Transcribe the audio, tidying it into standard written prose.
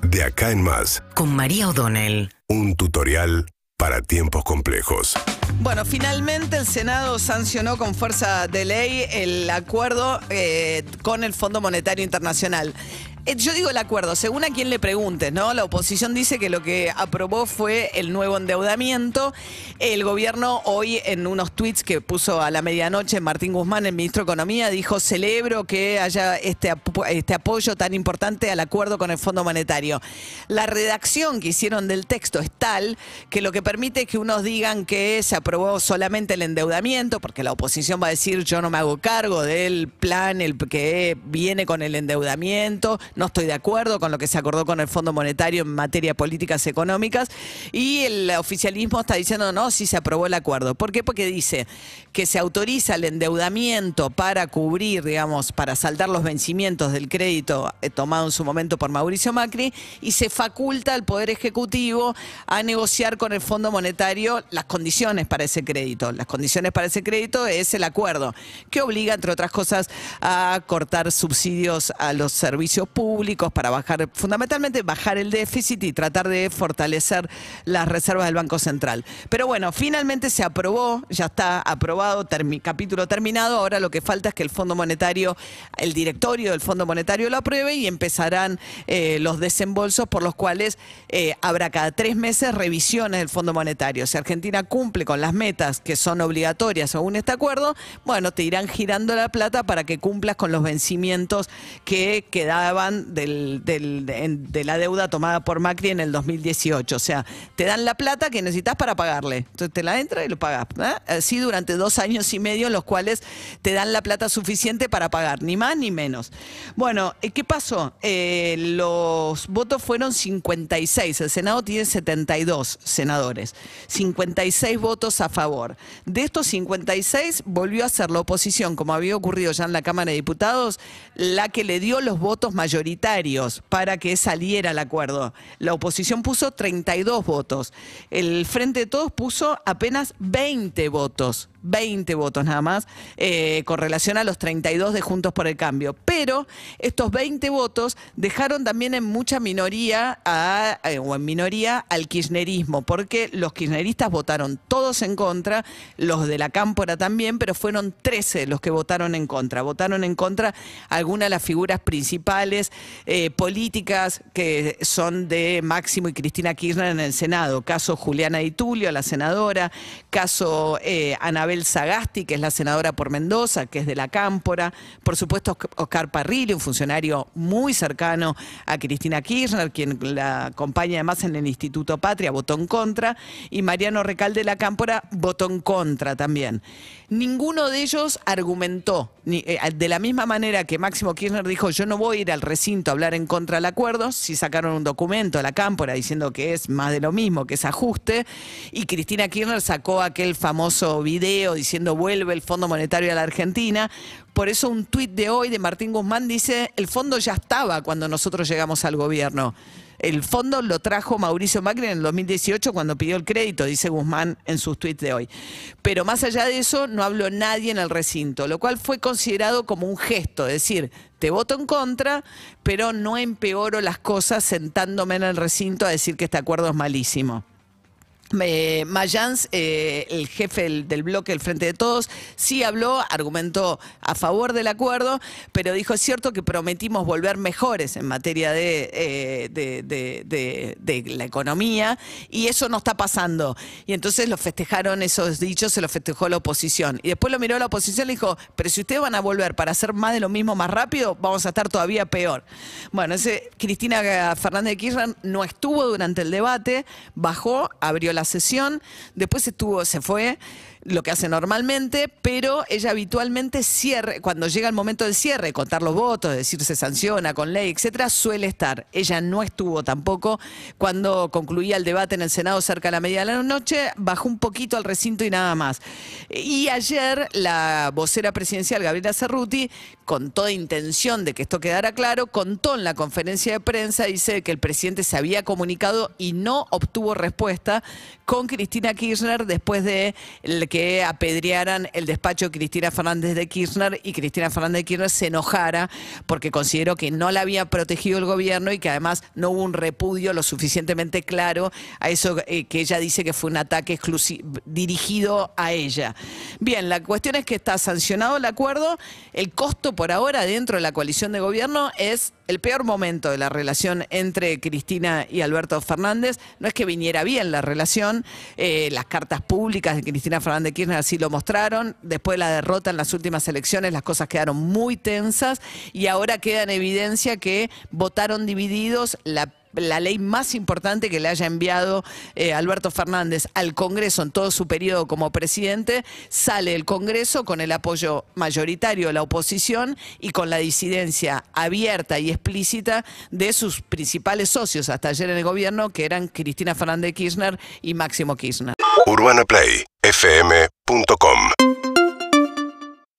De acá en más. Con María O'Donnell. Un tutorial para tiempos complejos. Bueno, finalmente el Senado sancionó con fuerza de ley el acuerdo con el Fondo Monetario Internacional. Yo digo el acuerdo, según a quien le preguntes, ¿no? La oposición dice que lo que aprobó fue el nuevo endeudamiento. El gobierno hoy, en unos tuits que puso a la medianoche Martín Guzmán, el ministro de Economía, dijo: celebro que haya este apoyo tan importante al acuerdo con el Fondo Monetario. La redacción que hicieron del texto es tal que lo que permite es que unos digan que se aprobó solamente el endeudamiento, porque la oposición va a decir: yo no me hago cargo del plan el que viene con el endeudamiento. No estoy de acuerdo con lo que se acordó con el Fondo Monetario en materia de políticas económicas. Y el oficialismo está diciendo: no, sí se aprobó el acuerdo. ¿Por qué? Porque dice que se autoriza el endeudamiento para cubrir, digamos, para saldar los vencimientos del crédito tomado en su momento por Mauricio Macri, y se faculta al Poder Ejecutivo a negociar con el Fondo Monetario las condiciones para ese crédito. Las condiciones para ese crédito es el acuerdo, que obliga, entre otras cosas, a cortar subsidios a los servicios públicos para bajar, fundamentalmente bajar el déficit y tratar de fortalecer las reservas del Banco Central. Pero bueno, finalmente se aprobó, ya está aprobado, capítulo terminado. Ahora lo que falta es que el Fondo Monetario, el directorio del Fondo Monetario lo apruebe y empezarán los desembolsos por los cuales habrá cada 3 meses revisiones del Fondo Monetario. Si Argentina cumple con las metas que son obligatorias según este acuerdo, bueno, te irán girando la plata para que cumplas con los vencimientos que quedaban de la deuda tomada por Macri en el 2018. O sea, te dan la plata que necesitas para pagarle. Entonces te la entras y lo pagas. Así durante 2 años y medio, en los cuales te dan la plata suficiente para pagar, ni más ni menos. Bueno, ¿qué pasó? Los votos fueron 56. El Senado tiene 72 senadores. 56 votos a favor. De estos 56, volvió a ser la oposición, como había ocurrido ya en la Cámara de Diputados, la que le dio los votos mayoritarios para que saliera el acuerdo. La oposición puso 32 votos. El Frente de Todos puso apenas 20 votos. 20 votos nada más, con relación a los 32 de Juntos por el Cambio. Pero estos 20 votos dejaron también en mucha minoría, o en minoría, al kirchnerismo, porque los kirchneristas votaron todos en contra, los de la Cámpora también, pero fueron 13 los que votaron en contra. Votaron en contra algunas de las figuras principales políticas que son de Máximo y Cristina Kirchner en el Senado. Caso Juliana Di Tulio, la senadora, caso Anabel Sagasti, que es la senadora por Mendoza, que es de la Cámpora, por supuesto Oscar Parrilli, un funcionario muy cercano a Cristina Kirchner, quien la acompaña además en el Instituto Patria, votó en contra, y Mariano Recalde de la Cámpora votó en contra también. Ninguno de ellos argumentó, de la misma manera que Máximo Kirchner dijo: yo no voy a ir al recinto a hablar en contra del acuerdo. Si sacaron un documento a la Cámpora diciendo que es más de lo mismo, que es ajuste, y Cristina Kirchner sacó aquel famoso video diciendo: vuelve el Fondo Monetario a la Argentina. Por eso un tuit de hoy de Martín Guzmán dice: el fondo ya estaba cuando nosotros llegamos al gobierno. El fondo lo trajo Mauricio Macri en el 2018 cuando pidió el crédito, dice Guzmán en sus tuits de hoy. Pero más allá de eso, no habló nadie en el recinto, lo cual fue considerado como un gesto, es decir, te voto en contra, pero no empeoro las cosas sentándome en el recinto a decir que este acuerdo es malísimo. Mayans, el jefe del bloque del Frente de Todos, sí habló, argumentó a favor del acuerdo, pero dijo: es cierto que prometimos volver mejores en materia de la economía, y eso no está pasando. Y entonces lo festejaron, esos dichos se los festejó la oposición. Y después lo miró la oposición y le dijo: pero si ustedes van a volver para hacer más de lo mismo más rápido, vamos a estar todavía peor. Bueno, Cristina Fernández de Kirchner no estuvo durante el debate, bajó, abrió la sesión, después se fue, lo que hace normalmente, pero ella habitualmente cuando llega el momento del cierre, contar los votos, decir se sanciona con ley, etcétera, suele estar. Ella no estuvo tampoco cuando concluía el debate en el Senado cerca de la media de la noche, bajó un poquito al recinto y nada más. Y ayer la vocera presidencial, Gabriela Cerruti, con toda intención de que esto quedara claro, contó en la conferencia de prensa, dice que el presidente se había comunicado y no obtuvo respuesta con Cristina Kirchner después de que apedrearan el despacho de Cristina Fernández de Kirchner y Cristina Fernández de Kirchner se enojara porque consideró que no la había protegido el gobierno y que además no hubo un repudio lo suficientemente claro a eso que ella dice que fue un ataque dirigido a ella. Bien, la cuestión es que está sancionado el acuerdo. El costo por ahora dentro de la coalición de gobierno es el peor momento de la relación entre Cristina y Alberto Fernández. No es que viniera bien la relación, las cartas públicas de Cristina Fernández de Kirchner así lo mostraron. Después de la derrota en las últimas elecciones las cosas quedaron muy tensas y ahora queda en evidencia que votaron divididos. La ley más importante que le haya enviado Alberto Fernández al Congreso en todo su periodo como presidente, sale el Congreso con el apoyo mayoritario de la oposición y con la disidencia abierta y explícita de sus principales socios hasta ayer en el gobierno, que eran Cristina Fernández de Kirchner y Máximo Kirchner. UrbanaPlayFM.com